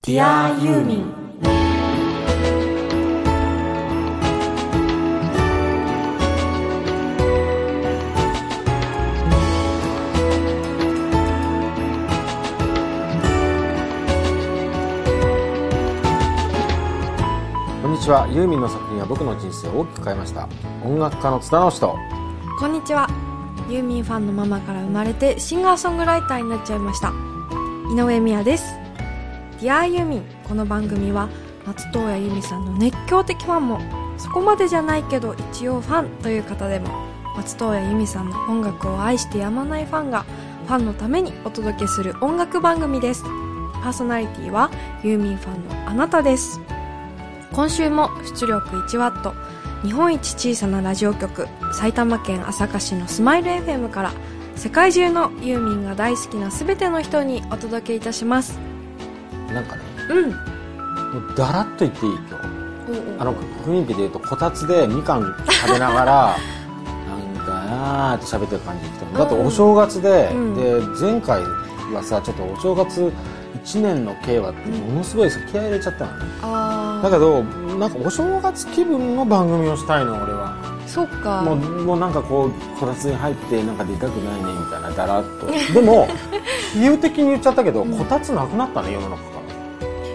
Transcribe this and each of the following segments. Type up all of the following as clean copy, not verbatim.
Dear ユーミン。 こんにちは。ユーミンの作品は僕の人生を大きく変えました。音楽家の津田直人。 こんにちは。ユーミンファンのママから生まれてシンガーソングライターになっちゃいました井上美也です。 Dear ユーミン。この番組は松任谷由実さんの熱狂的ファンもそこまでじゃないけど一応ファンという方でも松任谷由実さんの音楽を愛してやまないファンがファンのためにお届けする音楽番組です。パーソナリティはユーミンファンのあなたです。今週も出力 1W 日本一小さなラジオ局埼玉県朝霞市のスマイル FM から世界中のユーミンが大好きなすべての人にお届けいたします。 なんかね、 うんもうだらっと言っていい今日。雰囲気で言うとこたつでみかん食べながらなんかって喋ってる感じで来た。だってお正月で、で前回はさちょっとお正月1年の計はってものすごいさ気合い入れちゃったのね。だけどなんかお正月気分の番組をしたいの俺は。 そっか。 もうなんかこうこたつに入ってなんか出たくないねみたいなだらっとでも比喩的に言っちゃったけど、こたつなくなったね世の中から。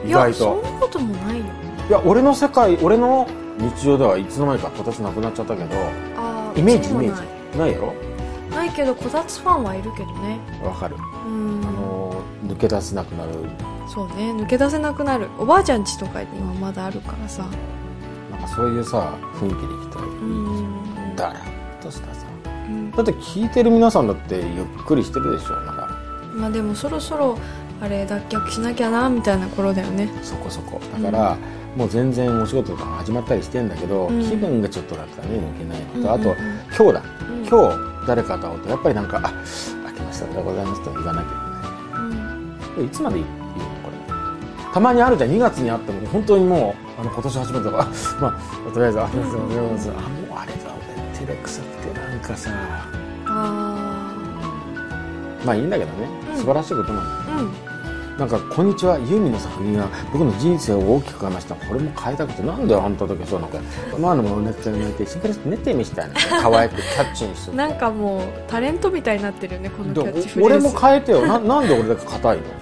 意外と。 いやそんなこともないよ。 いや俺の世界俺の日常ではいつの間にかこたつなくなっちゃったけど、イメージないやろ。 ないけどこたつファンはいるけどね。 わかる。抜け出せなくなる。 そうね、抜け出せなくなる。おばあちゃん家とかにはまだあるからさ、 なんかそういうさ雰囲気で行きたい。だらっとしたさ、だって聞いてる皆さんだってゆっくりしてるでしょ。なんかまあでもそろそろあれ脱却しなきゃなみたいな頃だよね。 そこそこだから、もう全然お仕事とか始まったりしてんだけど、気分がちょっとだったらね抜けないのと、あと今日だ、今日誰かと会うとやっぱりなんか明けましておめでとうございますと言わなきゃいけない。いつまで言うのこれ。たまにあるじゃん。2月にあっても本当にもう今年始めたからまあとりあえずありがとうございます、もうあれだ照れくさくてなんかさまあいいんだけどね、素晴らしいことなんだよね。なんかこんにちはユーミンの作品が僕の人生を大きく変えました。これも変えたくてなんであんただけそうなんかまあのものねって寝てしっかり寝てみたいな可愛くキャッチにしてなんかもうタレントみたいになってるよねこのキャッチフレーズ。 俺も変えてよ。なんで俺だけ硬いの。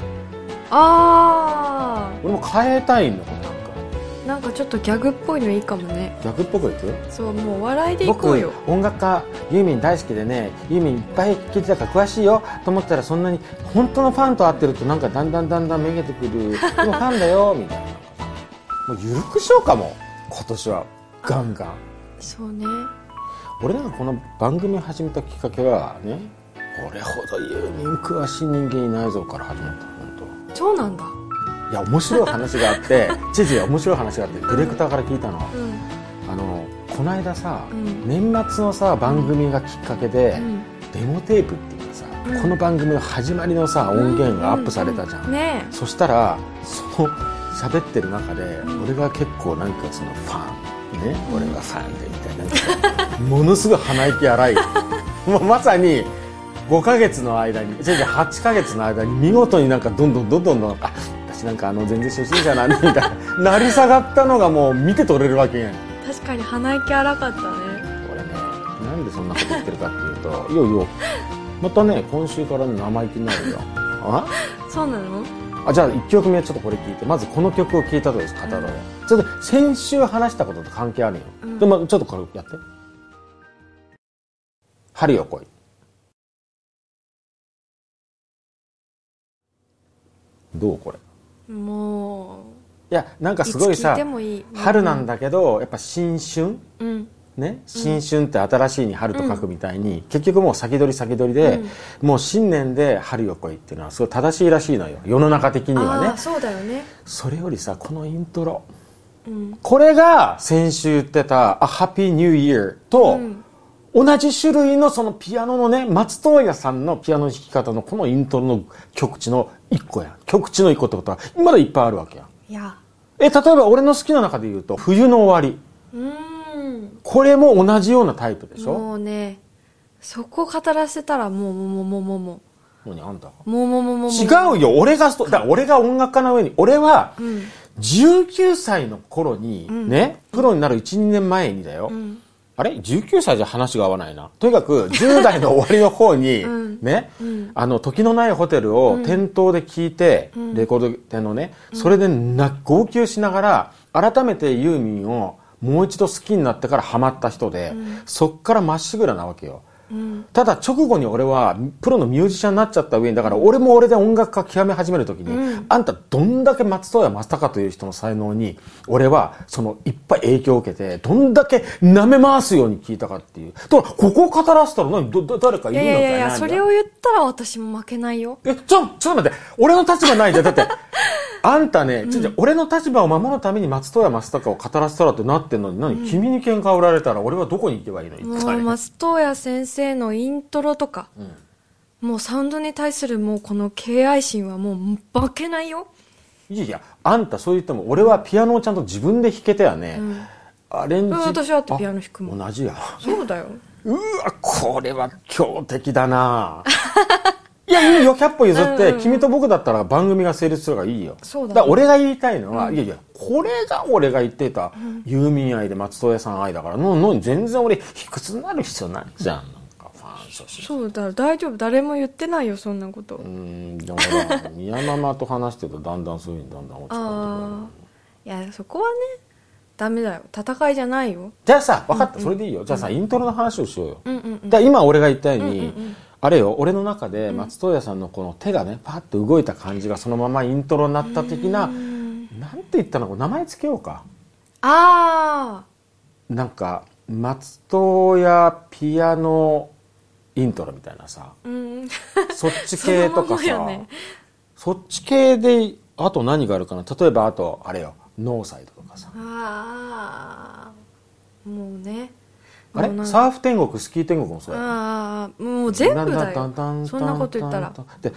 俺も変えたいの。 なんかちょっとギャグっぽいのいいかもね。 ギャグっぽく言って。 そうもう笑いでいこうよ。 僕音楽家ユーミン大好きでね、ユーミンいっぱい聴いてたから詳しいよと思ったらそんなに本当のファンと会ってるとなんかだんだんめげてくるでもファンだよみたいな。もうゆるくしようかも今年はガンガン。 そうね。 俺なんかこの番組始めたきっかけはね、俺ほどユーミン詳しい人間いないぞから始まった。本当そうなんだ。 いや面白い話があって面白い話があってディレクターから聞いたの、この間さ、年末のさ番組がきっかけで、デモテープっていうかさ、この番組の始まりのさ音源がアップされたじゃん、そしたらその喋ってる中で、俺が結構なんかそのファンね、俺がファンでみたいなものすごい鼻息荒いもうまさに5ヶ月の間に8ヶ月の間に見事になんかどんどんなんか全然初心者なんでみたいななり下がったのがもう見て取れるわけやん。 確かに鼻息荒かったね。 俺ね、なんでそんなこと言ってるかっていうといよまたね今週から生意気になるよそうなの。 じゃあ1曲目ちょっとこれ聞いて、まずこの曲を聴いたとです語ろうよ。ちょっと先週話したことと関係あるよ、でもちょっとこれやって春よ来い。どうこれ。もういやなんかすごいさ春なんだけどやっぱ新春、ね、新春って新しいに春と書くみたいに、結局もう先取りで、もう新年で春よ来いっていうのはすごい正しいらしいのよ世の中的にはね。 そうだよね。 それよりさこのイントロ、これが先週言ってた「A Happy New Year」と、同じ種類のそのピアノのね松任谷さんのピアノの弾き方のこのイントロの曲地の1個やん。曲地の1個ってことはまだいっぱいあるわけやん。例えば俺の好きな中で言うと冬の終わり、これも同じようなタイプでしょ。もうねそこ語らせたらもう何あんたがもう違うよ。俺が音楽家の上に、俺は19歳の頃にね、プロになる 1,2 年前にだよ、あれ19歳じゃ話が合わないな。とにかく10代の終わりの方にね、時のないホテルを店頭で聞いて、レコード店のね、それで号泣しながら改めてユーミンをもう一度好きになってからハマった人で、そっからまっしぐらなわけよ。ただ直後に俺はプロのミュージシャンになっちゃった上に、だから俺も俺で音楽家極め始める時に、あんたどんだけ松任谷正隆という人の才能に俺はそのいっぱい影響を受けて、どんだけ舐め回すように聞いたかっていう。だからここを語らせたら誰かいるんだったら、 いやそれを言ったら私も負けないよ。 ちょっと待って、俺の立場ないじゃん。だってあんたね、俺の立場を守るために松任谷正隆を語らせたらってなってんのに、君に喧嘩売られたら俺はどこに行けばいいの？ もう松任谷先生のイントロとか、もうサウンドに対するもうこの敬愛心はもう負けないよ。 いやあんたそう言っても俺はピアノをちゃんと自分で弾けてはね、アレンジ。 私だってピアノ弾くもん。 同じや。 そうだよ。 うわ、これは強敵だないやいいよ、100歩譲って、君と僕だったら番組が成立するからいいよ。 そうだね。 だから俺が言いたいのは、いやこれが俺が言ってたユーミン愛で松任谷さん愛だから、全然俺卑屈になる必要ないじゃん。なんかファンとして。 そうだ、大丈夫、誰も言ってないよそんなこと。 だから宮ママと話してるとだんだんそういうふうにだんだん落ち込んでくる。 いやそこはねダメだよ、戦いじゃないよ。 じゃあさ、分かった、それでいいよ。じゃあさ、イントロの話をしようよ。だから今俺が言ったように、あれよ、俺の中で松任谷さんのこの手がねパッと動いた感じがそのままイントロになった的な、なんて言ったの、名前つけようか。なんか松任谷ピアノイントロみたいなさ、そっち系とかさ、そっち系であと何があるかな。例えばあとあれよ、ノーサイドとかさ。 もうね、 あれサーフ天国、スキー天国もそうや。 もう全部だよ。そんなこと言ったら。で、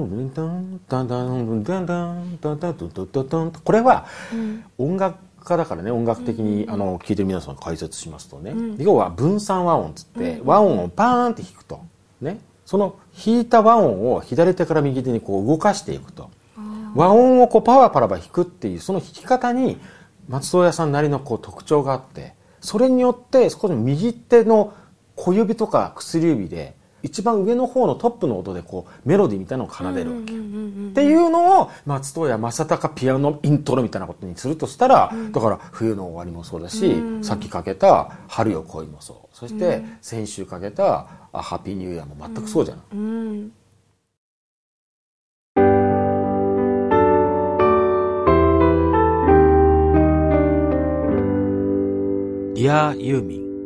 これは音楽家だからね、音楽的に聞いてる皆さん解説しますとね、要は分散和音つって和音をパーンって弾くとね、その弾いた和音を左手から右手にこう動かしていくと、和音をこうパラパラ弾くっていう、その弾き方に松任谷さんなりのこう特徴があって、それによってそこの右手の小指とか薬指で一番上の方のトップの音でこうメロディーみたいなのを奏でるわけっていうのを松任谷正隆ピアノイントロみたいなことにするとしたら、だから冬の終わりもそうだし、さっきかけた春よ恋もそう、そして先週かけたハッピーニューイヤーも全くそうじゃない。ディアユーミン。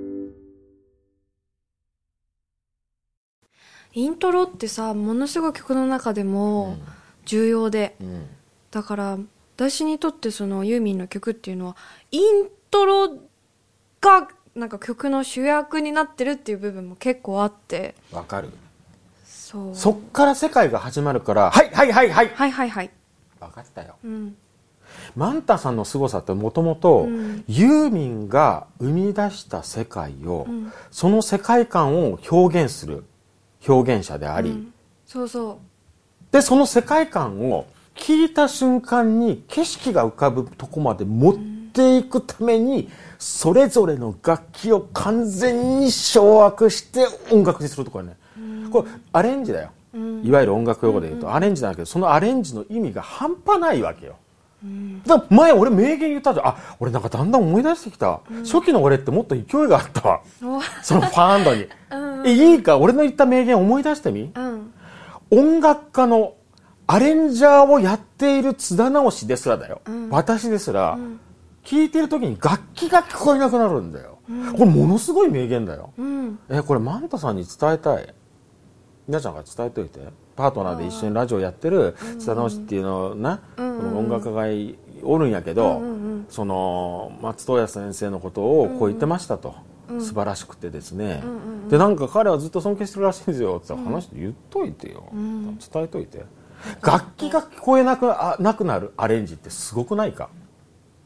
イントロってさ、ものすごい曲の中でも重要で、だから私にとってそのユーミンの曲っていうのはイントロがなんか曲の主役になってるっていう部分も結構あって。 わかる。 そっから世界が始まるから、はい分かったよ。マンタさんの凄さってもともとユーミンが生み出した世界を、その世界観を表現する表現者であり、でその世界観を聞いた瞬間に景色が浮かぶとこまで持っていくために、それぞれの楽器を完全に掌握して音楽にするところね、これアレンジだよ、いわゆる音楽用語で言うとアレンジなんだけど、そのアレンジの意味が半端ないわけよ。だから前俺名言言ったじゃん。俺なんかだんだん思い出してきた、初期の俺ってもっと勢いがあったわそのファンドにいいか、俺の言った名言思い出してみ、音楽家のアレンジャーをやっている津田直しですらだよ、私ですら、聴いてる時に楽器が聞こえなくなるんだよ、これものすごい名言だよ、これマンタさんに伝えたい。皆ちゃんが伝えといて。パートナーで一緒にラジオやってる津田直しっていうのをね、この音楽家がおるんやけど、その松任谷先生のことをこう言ってましたと、素晴らしくてですね、でなんか彼はずっと尊敬してるらしいんですよって話言っといてよ、伝えといて。楽器が聞こえなくなるアレンジってすごくないか。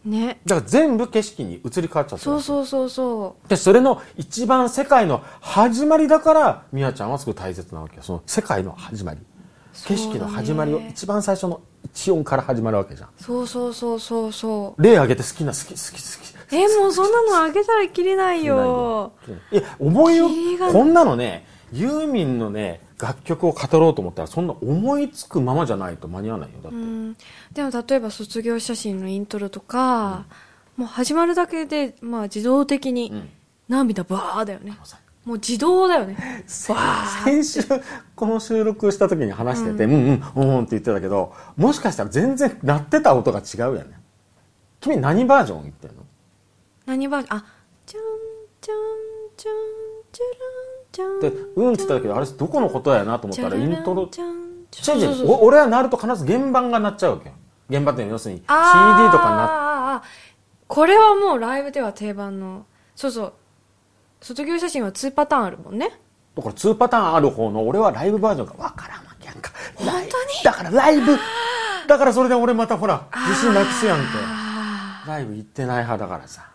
ね、 だから全部景色に移り変わっちゃってる。 そうでそれの一番世界の始まりだからみやちゃんはすごい大切なわけよ。その世界の始まり、景色の始まりを一番最初の一音から始まるわけじゃん。 そう例挙げて好きもうそんなのあげたらきりないよ。 いや思いよ、こんなのね、ユーミンのね楽曲を語ろうと思ったらそんな思いつくままじゃないと間に合わないよ。だってでも例えば卒業写真のイントロとか、もう始まるだけで、まあ、自動的に涙バーだよね、もう自動だよね。 先週この収録した時に話してて、うんって言ってたけど、もしかしたら全然鳴ってた音が違うよね。君何バージョン言ってんの？ 何バージョン？チャンチャンチャンチャランチャンでって言ったけど、あれどこのことやなと思ったらイントロ。 そう俺は鳴ると必ず原版が鳴っちゃうわけよ。原版って要するに CD とかこれはもうライブでは定番の。卒業写真は2パターンあるもんね。 だから2パターンある方の俺はライブバージョンが分からんわけやんか。 本当にだからライブだからそれで俺またほら自信なくすやんけ。ライブ行ってない派だからさ。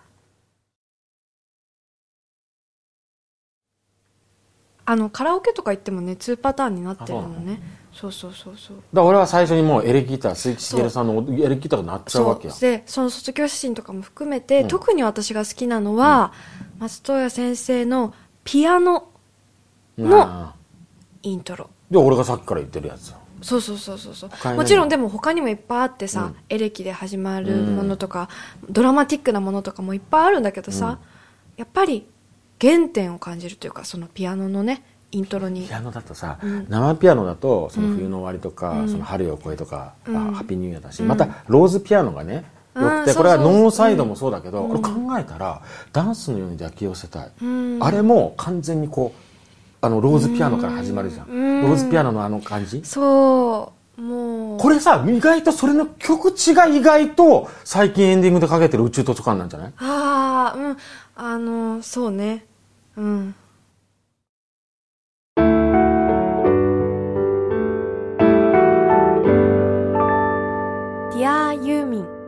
カラオケとか行ってもね2パターンになってるのね。そうだから俺は最初にもうエレキギター、鈴木茂さんのエレキギターが鳴っちゃうわけよ。 でその卒業写真とかも含めて、特に私が好きなのは、松任谷先生のピアノのイントロで、俺がさっきから言ってるやつよ。 そうもちろんでも他にもいっぱいあってさ、エレキで始まるものとか、ドラマティックなものとかもいっぱいあるんだけどさ、やっぱり原点を感じるというか、そのピアノのねイントロに。 ピアノだとさ、生ピアノだとその冬の終わりとか、その春よ来いとか、ハッピーニューイヤーだし、またローズピアノがねよくて、これはノーサイドもそうだけど、これ考えたらダンスのように抱き寄せたい、あれも完全にこうローズピアノから始まるじゃん、ローズピアノの感じ。 もうこれさ、意外とそれの曲地が意外と最近エンディングでかけてる宇宙図書館なんじゃない？ そうね。Dear ユーミン。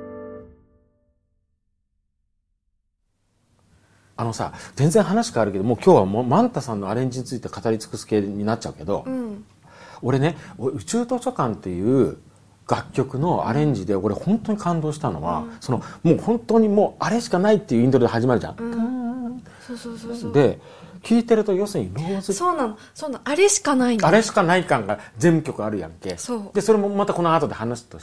さ、全然話変わるけど、もう今日はもうマンタさんのアレンジについて語り尽くす系になっちゃうけど、俺ね、宇宙図書館っていう楽曲のアレンジで俺本当に感動したのは、もう本当にもうあれしかないっていうイントロで始まるじゃん。で聴いてると要するにローズ、 そうなのあれしかないの、 あれしかない感が全曲あるやんけ。でそれもまたこの後で話すとして、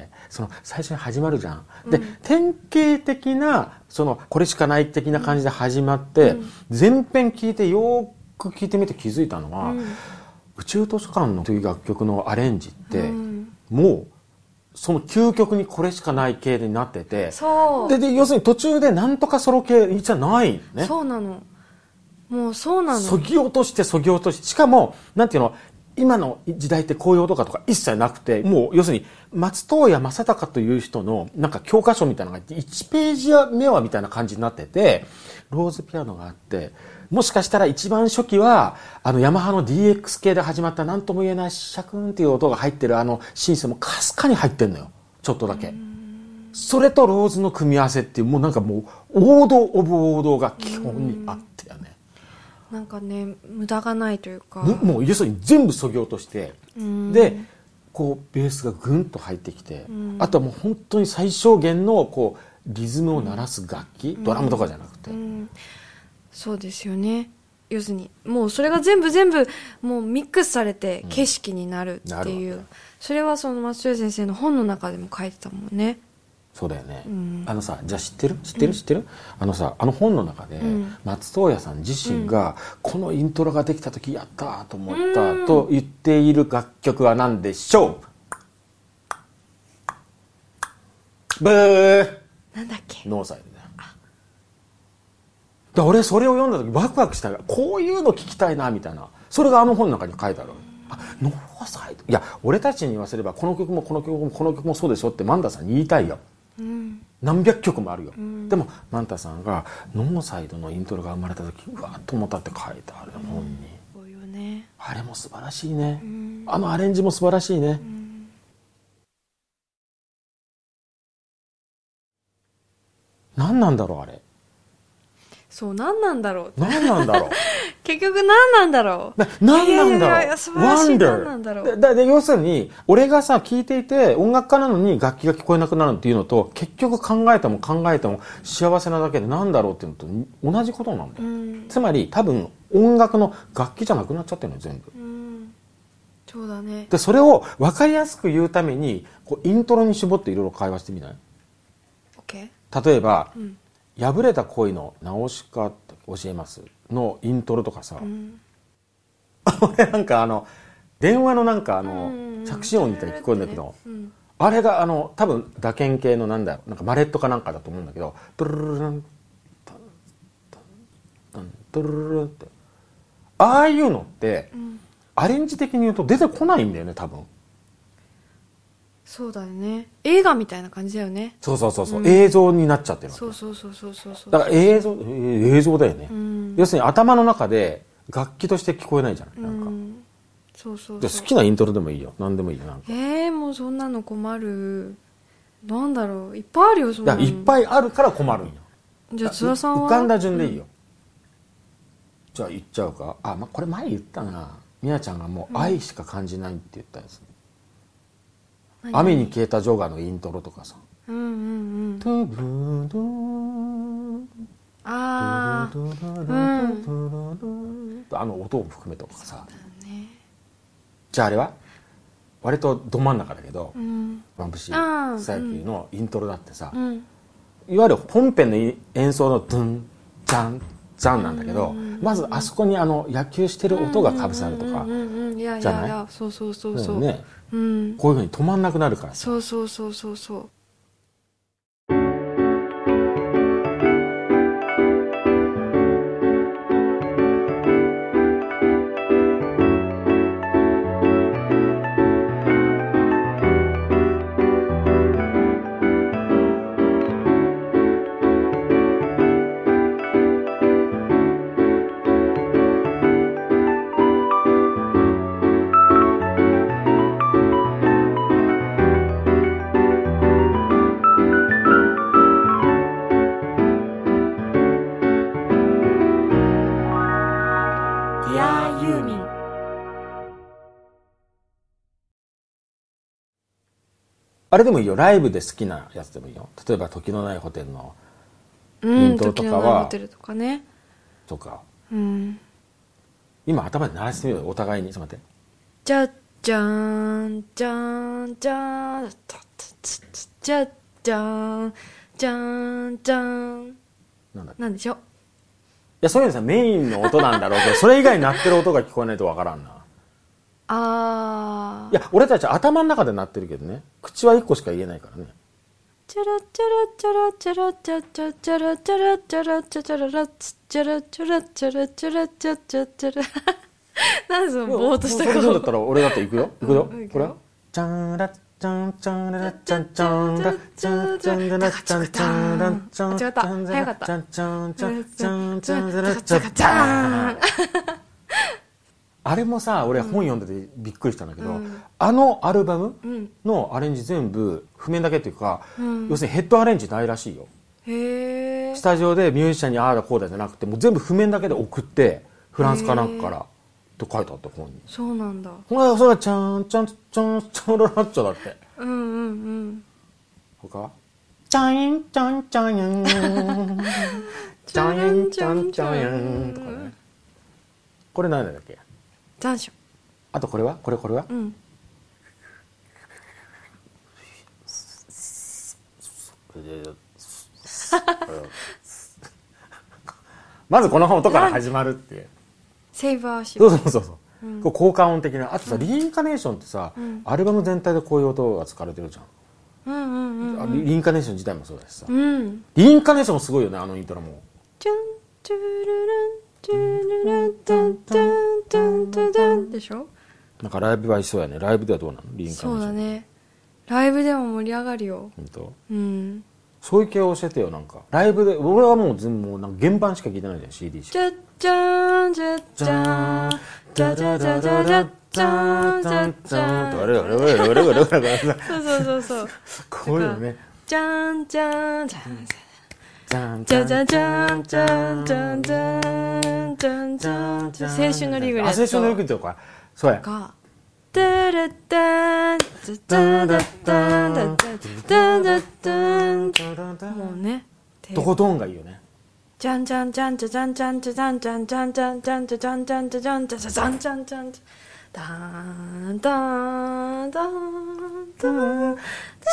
最初に始まるじゃん。で典型的なこれしかない的な感じで始まって、全編聴いてよく聴いてみて気づいたのは、宇宙図書館のという楽曲のアレンジって、もうその究極にこれしかない系になってて、で要するに途中でなんとかソロ系じゃないね。 そうなの、もうそうなの。 そぎ落としてしかもなんていうの、今の時代ってこういう音とか一切なくて、もう要するに松任谷正隆という人のなんか教科書みたいなのが1ページ目はみたいな感じになってて、ローズピアノがあって、もしかしたら一番初期はヤマハの DX 系で始まった何とも言えないシャクーンっていう音が入ってるシンセもかすかに入ってんのよ、ちょっとだけ。それとローズの組み合わせっていう、もうなんかもう王道オブ王道が基本にあってよね。 なんかね、無駄がないというか、 もう要するに全部そぎ落として、でこうベースがグンと入ってきて、あとはもう本当に最小限のこうリズムを鳴らす楽器、ドラムとかじゃなくて、 そうですよね。要するにもうそれが全部もうミックスされて景色になるっていう、それはその松任谷先生の本の中でも書いてたもんね。 そうだよね。さ、じゃあ知ってる本の中で、松任谷さん自身が、このイントロができた時やったと思ったと言っている楽曲は何でしょう？ブー。 なんだっけ？ ノーサイドだよ。俺それを読んだ時ワクワクしたから、こういうの聞きたいなみたいな、それが本の中に書いてある。ノーサイド、いや俺たちに言わせればこの曲もこの曲もこの曲もそうでしょってマンタさんに言いたいよ。何百曲もあるよ。でもマンタさんがノーサイドのイントロが生まれた時、うわっと思ったって書いてある本に。 そうよね。 あれも素晴らしいね。アレンジも素晴らしいね。 何なんだろうあれ。 そう、何なんだろう。 何なんだろう。 結局何なんだろう。 何なんだろう。 いやいやいや素晴らしい。何なんだろう。 で要するに、俺がさ、聞いていて、音楽家なのに楽器が聞こえなくなるっていうのと、結局考えても幸せなだけで何だろうっていうのと同じことなんだよ。つまり、多分、音楽の楽器じゃなくなっちゃってるのよ、全部。 そうだね。 で、それを分かりやすく言うために、こうイントロに絞っていろいろ会話してみない？ OK？ 例えば、破れた恋の直し方教えますのイントロとかさ、俺なんか電話のなんか着信音みたいに聞こえるんだけど、あれが多分打鍵系のなんかマレットかなんかだと思うんだけど、トゥルルルンタンタンタントゥルルルンって、ああいうのって、アレンジ的に言うと出てこないんだよね、多分。 そうだよね。映画みたいな感じだよね。 そう、映像になっちゃってるわけ。 そう。 だから映像だよね。要するに頭の中で楽器として聞こえないじゃない、なんか。 そう。 で好きなイントロでもいいよ。何でもいいよ、なんか。 もうそんなの困る。なんだろう。いっぱいあるよ、そんなの。 いっぱいあるから困るんよ。 じゃあ津田さんは浮かんだ順でいいよ。じゃあ言っちゃうか。これ前言ったな。みやちゃんがもう愛しか感じないって言ったやつ。雨に消えたジョガのイントロとかさ。トゥブードゥーああ音を含めとかさ。じゃああれは割とど真ん中だけど、ワンプシー草野球のイントロだってさ、いわゆる本編の演奏のドゥンジャンジャンなんだけど、まずあそこに野球してる音がかぶさるとかじゃない？ そう。 ね、こういうふうに止まんなくなるからさ。 そう。 あれでもいいよ。ライブで好きなやつでもいいよ。例えば時のないホテルのイントロとかは、 時のないホテルとかね。 とか、今頭で鳴らしてみようよ、お互いに。ちょっと待って。 じゃじゃーんじゃーんじゃーんじゃじゃーんじゃーんじゃーんなんでしょう。いや、そういうのさ、メインの音なんだろうけど、それ以外に鳴ってる音が聞こえないとわからんな。いや、俺たち頭の中で鳴ってるけどね、口は一個しか言えないからね。 チャラチャラチャラチャラチャチャラチャラチャラチャチャララチャラチャラチャラチャラチャチャチャラ。なんでそのぼーっとした顔。 そうだったら俺だって行くよ。これチャンラチャンチャンラチャンチャンラチャンチャンラチャンチャンラチャンチャンチャン早かった。 チャンチャンチャンチャンチャンラチャンチャン。あれもさ、俺本読んでてびっくりしたんだけど、アルバムのアレンジ全部譜面だけっていうか、要するにヘッドアレンジないらしいよ。スタジオでミュージシャンにああだこうだじゃなくて、もう全部譜面だけで送ってフランスかなんかからと書いてあった本に。 そうなんだ。 それがチャンチャンチャンチャンララッチャだって。他チャインチャンチャンヤンチャインチャンチャンヤンとかね。これ何だっけ？ 残暑。 あとこれはまずこの音から始まるっていう。 セイバーシュ。 そう。こう効果音的な。あとさ、リインカネーションってさ、アルバム全体でこういう音が使われてるじゃん。リインカネーション自体もそうだしさ。リインカネーションもすごいよね、イントロも。 チュンチュルルンチュルルンタンタンタンタンタンでしょ。 なんかライブはそうやね。ライブではどうなの？リインカネーション。 そうだね。ライブでも盛り上がるよ。 本当？そういう系を教えてよ、なんか。ライブで、俺はもう全部なんか原版しか聞いてないじゃん、CD しか。 じゃじゃーんじゃじゃーんじゃじゃじゃじゃじゃじゃーんじゃじゃーんそう。 こういうのね。 じゃーんじゃーんじゃーんじゃんじゃじゃじゃんじゃんじゃんじゃんじゃんじゃんじゃん青春のリーグレット。 青春のリーグレットか。そうや。 が、タラッタン、タラッタン、タラッタン、タラッタン、もうね。 どこどんがいいよね。 じゃんじゃんじゃんじゃじゃんじゃんじゃじゃんじゃんじゃんじゃんじゃんじゃじゃんじゃんじゃじゃんじゃじゃじゃんじゃんじゃんじゃダーンダーンダーンダーンダ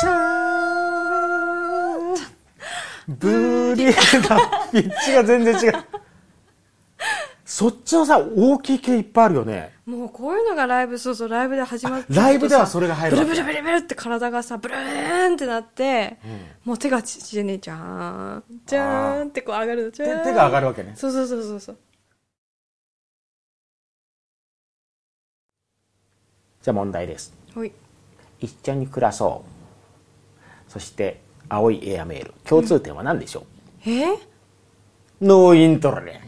ーンブリーだ。ピッチが全然違う。そっちのさ、大きい系いっぱいあるよね。 もうこういうのがライブ、そうそう、ライブで始まって。 ライブではそれが入るわけ。 ブルブルブルブルって体がさ、ブルーンってなって、もう手が縮んで、じゃーん、じゃーんってこう上がるの。手が上がるわけね。 そうそうそうそうそう。 じゃあ問題です。 はい。 一緒に暮らそう。そして、青いエアメール。共通点は何でしょう？ノーイントロで。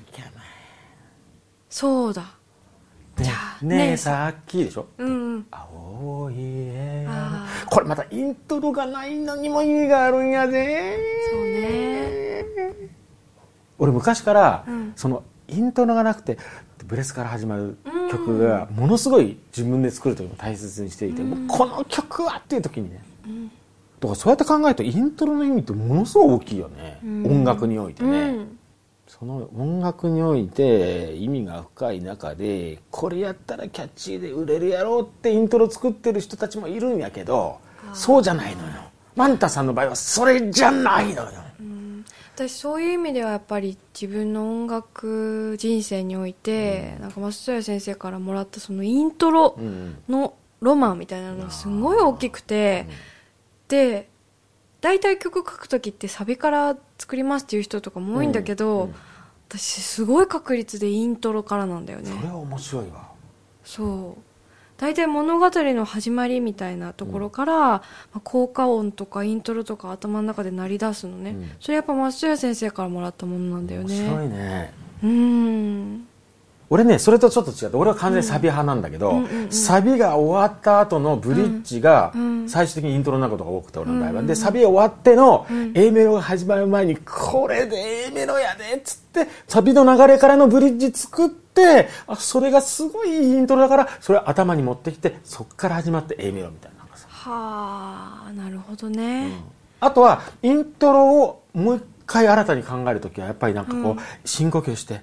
そうだ。 じゃあねえさっきでしょ。青いエア。これまたイントロがないのにも意味があるんやで。 そうね。 俺昔から、そのイントロがなくてブレスから始まる曲がものすごい自分で作る時も大切にしていて、この曲はっていう時にね。だからそうやって考えるとイントロの意味ってものすごい大きいよね。音楽においてね。その音楽において意味が深い中でこれやったらキャッチーで売れるやろうってイントロ作ってる人たちもいるんやけど、そうじゃないのよ。マンタさんの場合はそれじゃないのよ。 私そういう意味ではやっぱり自分の音楽人生において、なんか松任谷先生からもらったそのイントロのロマンみたいなのがすごい大きくて、で大体曲書く時ってサビから作りますっていう人とかも多いんだけど、私すごい確率でイントロからなんだよね。 それは面白いわ。 そう大体物語の始まりみたいなところから、効果音とかイントロとか頭の中で鳴り出すのね、それやっぱ松任谷先生からもらったものなんだよね。 面白いね。俺ねそれとちょっと違って、俺は完全にサビ派なんだけど、サビが終わった後のブリッジが最終的にイントロになることが多くて、俺の場合は。でサビ終わっての A メロが始まる前にこれで A メロやでっつってサビの流れからのブリッジ作って、それがすごいいいイントロだからそれを頭に持ってきて、そっから始まって A メロみたいな。 はあ、なるほどね。 あとはイントロをもう一回新たに考えるときはやっぱりなんかこう、深呼吸して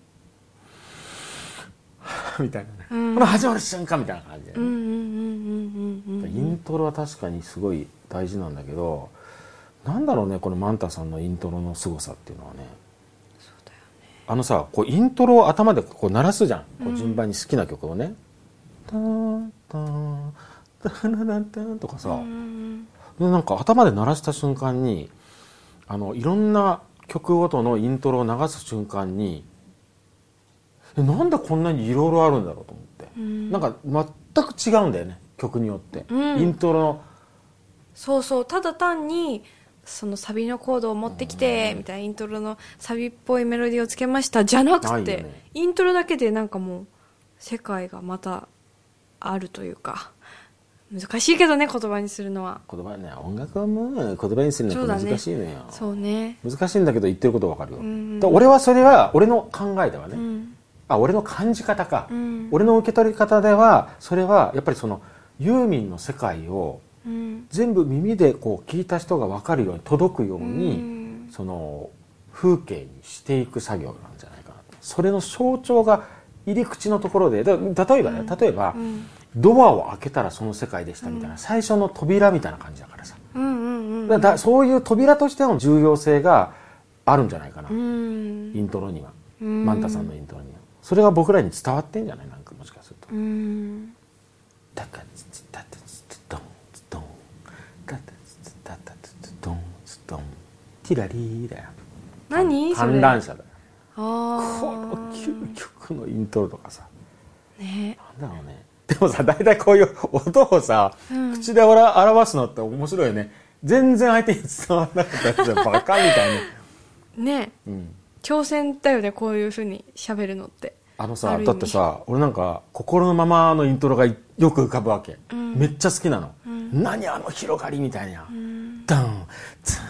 みたいなね、この始まる瞬間みたいな感じで、イントロは確かにすごい大事なんだけど、なんだろうねこのマンタさんのイントロの凄さっていうのはね。 そうだよね。 さこうイントロを頭でこう鳴らすじゃん、こう順番に好きな曲をね、タンタンタララタンとかさ、でなんか頭で鳴らした瞬間にいろんな曲ごとのイントロを流す瞬間に、なんでこんなにいろいろあるんだろうと思って、なんか全く違うんだよね曲によって、イントロの。そうそう、ただ単にそのサビのコードを持ってきてみたいな、イントロのサビっぽいメロディーをつけましたじゃなくて、イントロだけでなんかもう世界がまたあるというか、難しいけどね言葉にするのは。 言葉ね、音楽はもう言葉にするのって難しいのよ。 そうね、 難しいんだけど言ってることわかるよ。俺はそれは俺の考えではね、俺の感じ方か、俺の受け取り方ではそれはやっぱりそのユーミンの世界を全部耳でこう聞いた人が分かるように届くように、その風景にしていく作業なんじゃないかな。それの象徴が入り口のところで、例えば、ドアを開けたらその世界でしたみたいな、最初の扉みたいな感じだからさ、そういう扉としての重要性があるんじゃないかな、イントロには、マンタさんのイントロには。それが僕らに伝わってんじゃない、なんかもしかすると。ダカツタタツドンツドンダタツタタツドンツドンティラリーだよ。 何それ？ 観覧車だよ。 この究極のイントロとかさ、 ね、 なんだろうね。でもさ、大体こういう音をさ、口で表すのって面白いよね。全然相手に伝わらなかったらバカみたいな。 ね、挑戦だよね、こういう風に喋るのって。 だってさ、俺なんか心のままのイントロがよく浮かぶわけ。めっちゃ好きなの。何あの広がりみたいな。ダンツン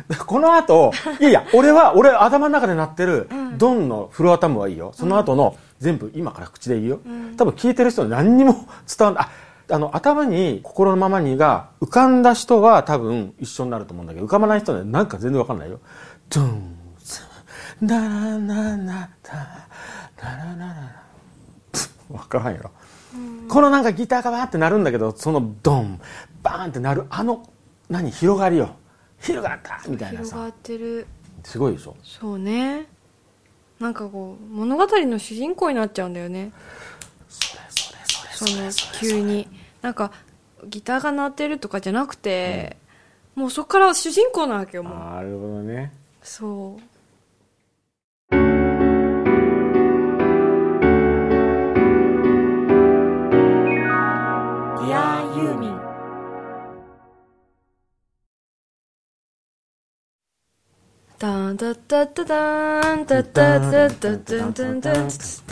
この後、いやいや、俺頭の中で鳴ってる、ドンのフロアタムはいいよ。その後の、全部今から口でいいよ。多分聞いてる人に何にも伝わんない。頭に心のままにが浮かんだ人は多分一緒になると思うんだけど、浮かばない人はなんか全然わかんないよ。ドン、ダラナナタ、ダラナナナ。わからんよ。このなんかギターがバーって鳴るんだけど、そのドン、バーンって鳴る、広がりよ。広がったみたいなさ。 広がってる。 すごいでしょ。 そうね。なんかこう物語の主人公になっちゃうんだよね。その急になんかギターが鳴ってるとかじゃなくて、もうそこから主人公なわけよ。もうなるほどね。 そう。タンタッタッタタンタッタッタッタッタンタンタンタッタッタッタッタンタッタッタッタッタンタッタッタッタッタンタッタッタッタッタンタ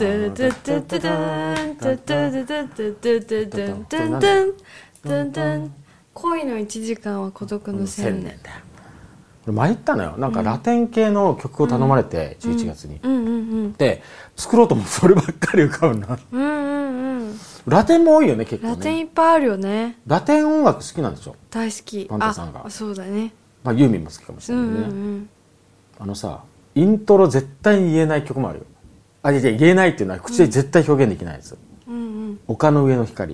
ンタン。恋の1時間は孤独の1000年だよ。 参ったのよ。なんかラテン系の曲を頼まれて、11月に。で、作ろうと思ってそればっかり浮かぶな。ラテンも多いよね、結構ね。 ラテンいっぱいあるよね。 ラテン音楽好きなんでしょ？ 大好き。 パンタさんが。 そうだね。 まあユーミンも好きかもしれないね。イントロ絶対に言えない曲もあるよ。言えないっていうのは口で絶対表現できないやつ。丘の上の光。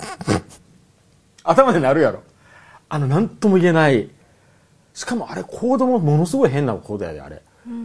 頭で鳴るやろ。なんとも言えない。しかもあれコードもものすごい変なコードやで、あれ。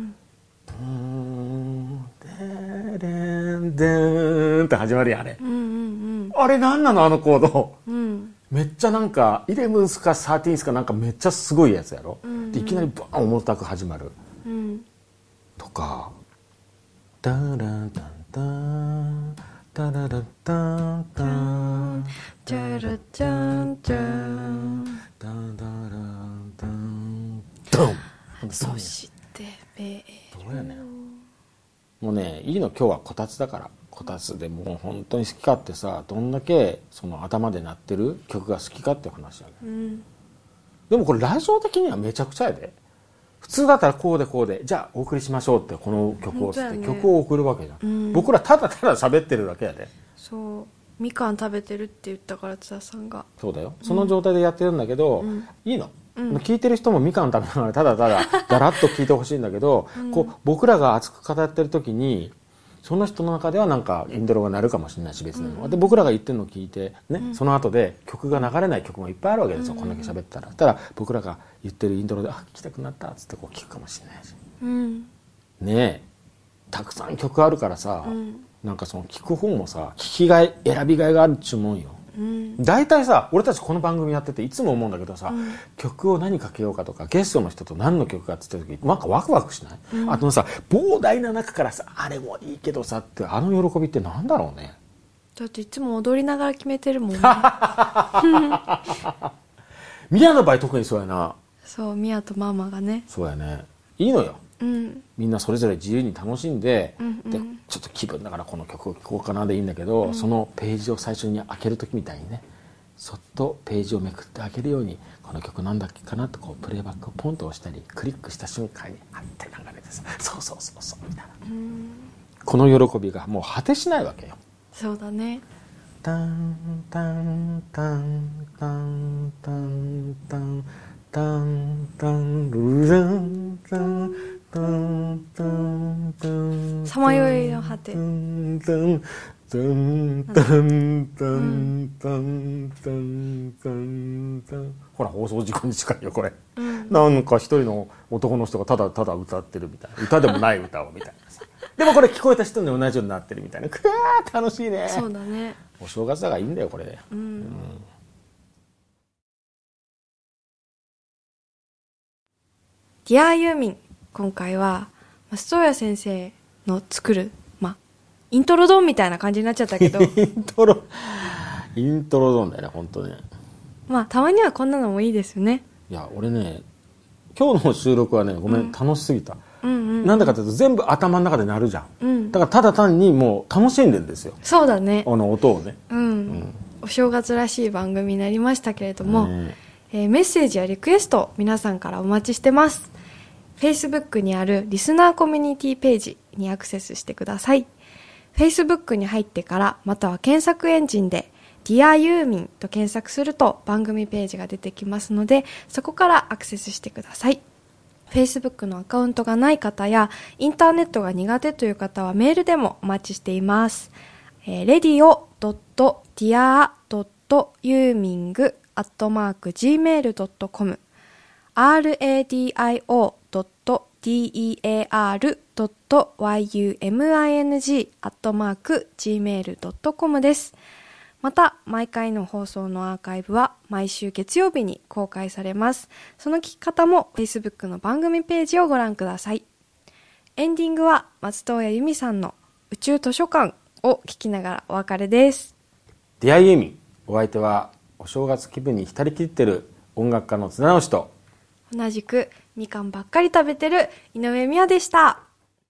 デンデンって始まるやん、あれ。あれなんなの、あのコード。めっちゃなんか、11か13かなんかめっちゃすごいやつやろ。でいきなりバーン重たく始まる。とか、ダラダンダンダラダンダンダンジャラジャンジャンダンダラダンドン。 そしてベどうやねん。もうね、いいの、今日はこたつだから。こたつでもう本当に好きかってさ、どんだけその頭で鳴ってる曲が好きかっていう話やね。でもこれラジオ的にはめちゃくちゃやで。普通だったらこうでこうで、じゃあお送りしましょうってこの曲をって、曲を送るわけじゃん。僕らただただ喋ってるだけやで。 そう。みかん食べてるって言ったから津田さんが。 そうだよ。その状態でやってるんだけど、いいの。聞いてる人もみかん食べながらただただだらっと聞いてほしいんだけど、こう僕らが熱く語ってる時にその人の中ではなんかイントロが鳴るかもしれないし別なの、で僕らが言ってるのを聞いてね、その後で曲が流れない曲もいっぱいあるわけですよ、こんだけ喋ったら。ただ僕らが言ってるイントロで聞きたくなったっつってこう聞くかもしれないし、ねえたくさん曲あるからさ、なんかその聞く方もさ聞きがい選びがいがあるっちゅうもんよ。大体さ、俺たちこの番組やってていつも思うんだけどさ、曲を何かけようかとかゲストの人と何の曲かって言った時なんかワクワクしない？あとさ、膨大な中からさ、あれもいいけどさって喜びってなんだろうね。 だっていつも踊りながら決めてるもんね。 ミヤの場合特にそうやな。 そう、ミヤとママがね。 そうやね。いいのよ。みんなそれぞれ自由に楽しんで、でちょっと気分だからこの曲を聴こうかなでいいんだけど、そのページを最初に開ける時みたいにね、そっとページをめくって開けるように、この曲なんだっけかなとこうプレイバックをポンと押したり、クリックした瞬間にあって流れてさ、そうそうそうそうみたいな、この喜びがもう果てしないわけよ。 そうだね。 タンタンタンタンタンタンタンタンルランタンさまよいの果て。 ほら放送事故に近いよこれ、なんか一人の男の人がただただ歌ってるみたいな、歌でもない歌をみたいなさでもこれ聞こえた人に同じようになってるみたいな、くわー楽しいね。 そうだね。 お正月だからいいんだよこれで。 ディアユーミン、今回は松任谷先生の作る、イントロドンみたいな感じになっちゃったけどイントロドンだよね本当ね。 たまにはこんなのもいいですよね。 いや俺ね、今日の収録はねごめん、楽しすぎた。なんだかというと全部頭の中で鳴るじゃん、だからただ単にもう楽しんでるんですよ。 そうだね。 音をね、 お正月らしい番組になりましたけれども、 メッセージやリクエスト皆さんからお待ちしてます。 Facebook にあるリスナーコミュニティページにアクセスしてください。 Facebook に入ってからまたは検索エンジンでDear ユーミンと検索すると番組ページが出てきますので、そこからアクセスしてください。 Facebook のアカウントがない方やインターネットが苦手という方はメールでもお待ちしています。radio.dear.yuming@gmail.com radio.dear.yuming@gmail.com です。また、毎回の放送のアーカイブは毎週月曜日に公開されます。その聞き方も Facebook の番組ページをご覧ください。エンディングは松任谷由実さんの宇宙図書館を聞きながらお別れです。 ディアユーミン、お相手はお正月気分に浸りきってる音楽家の綱直しと、 同じくみかんばっかり食べてる井上美也でした。